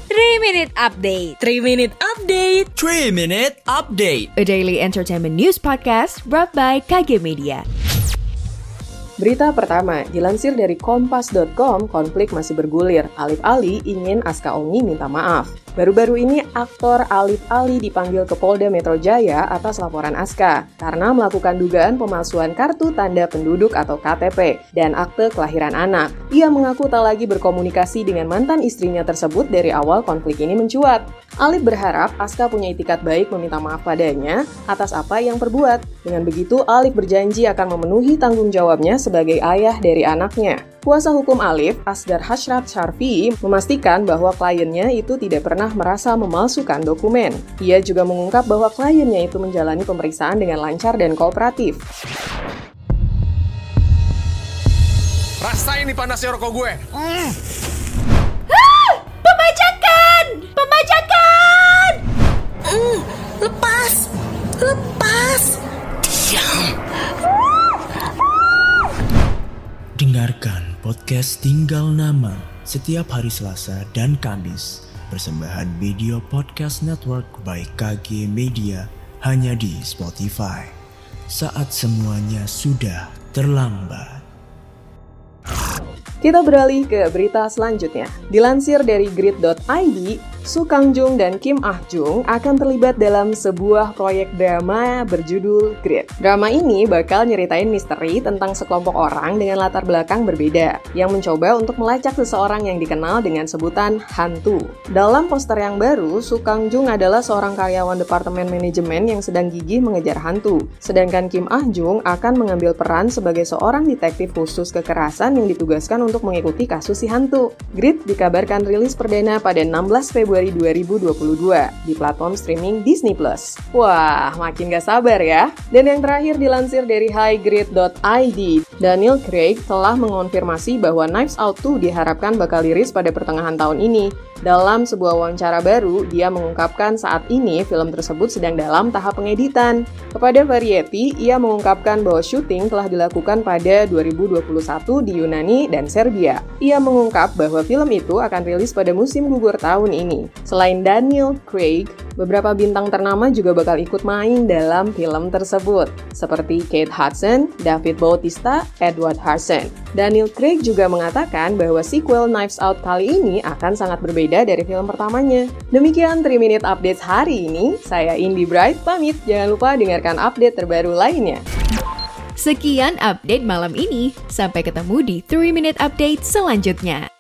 3 Minute Update. 3 Minute Update. 3 Minute Update. A daily entertainment news podcast brought by KG Media. Berita pertama, dilansir dari kompas.com, konflik masih bergulir. Alif Ali ingin Aska Ongi minta maaf. Baru-baru ini, aktor Alif Ali dipanggil ke Polda Metro Jaya atas laporan Aska karena melakukan dugaan pemalsuan kartu tanda penduduk atau KTP dan akte kelahiran anak. Ia mengaku tak lagi berkomunikasi dengan mantan istrinya tersebut dari awal konflik ini mencuat. Alif berharap Aska punya itikat baik meminta maaf padanya atas apa yang perbuat. Dengan begitu, Alif berjanji akan memenuhi tanggung jawabnya sebagai ayah dari anaknya. Kuasa hukum Alif, Asgar Hashrat Sharfi, memastikan bahwa kliennya itu tidak pernah merasa memalsukan dokumen. Ia juga mengungkap bahwa kliennya itu menjalani pemeriksaan dengan lancar dan kooperatif. Rasain nih panasnya rokok gue. Pembajakan! Pembajakan! Lepas. Dengarkan podcast Tinggal Nama setiap hari Selasa dan Kamis. Persembahan Video Podcast Network by KG Media hanya di Spotify. Saat semuanya sudah terlambat. Kita beralih ke berita selanjutnya. Dilansir dari grid.id, Soo Kang-jung dan Kim Ah-jung akan terlibat dalam sebuah proyek drama berjudul Grid. Drama ini bakal nyeritain misteri tentang sekelompok orang dengan latar belakang berbeda yang mencoba untuk melacak seseorang yang dikenal dengan sebutan hantu. Dalam poster yang baru, Soo Kang-jung adalah seorang karyawan departemen manajemen yang sedang gigih mengejar hantu. Sedangkan Kim Ah-jung akan mengambil peran sebagai seorang detektif khusus kekerasan yang ditugaskan untuk mengikuti kasus si hantu. Grid dikabarkan rilis perdana pada 16 Februari 2022 di platform streaming Disney+. Wah, makin gak sabar ya. Dan yang terakhir dilansir dari highgrid.id, Daniel Craig telah mengonfirmasi bahwa Knives Out 2 diharapkan bakal rilis pada pertengahan tahun ini. Dalam sebuah wawancara baru, dia mengungkapkan saat ini film tersebut sedang dalam tahap pengeditan. Kepada Variety, ia mengungkapkan bahwa syuting telah dilakukan pada 2021 di Yunani dan Serbia. Ia mengungkap bahwa film itu akan rilis pada musim gugur tahun ini. Selain Daniel Craig, beberapa bintang ternama juga bakal ikut main dalam film tersebut, seperti Kate Hudson, David Bautista, Edward Harrison. Daniel Craig juga mengatakan bahwa sequel Knives Out kali ini akan sangat berbeda dari film pertamanya. Demikian 3 Minute Updates hari ini. Saya Indi Bright, pamit. Jangan lupa dengarkan update terbaru lainnya. Sekian update malam ini. Sampai ketemu di 3 Minute Update selanjutnya.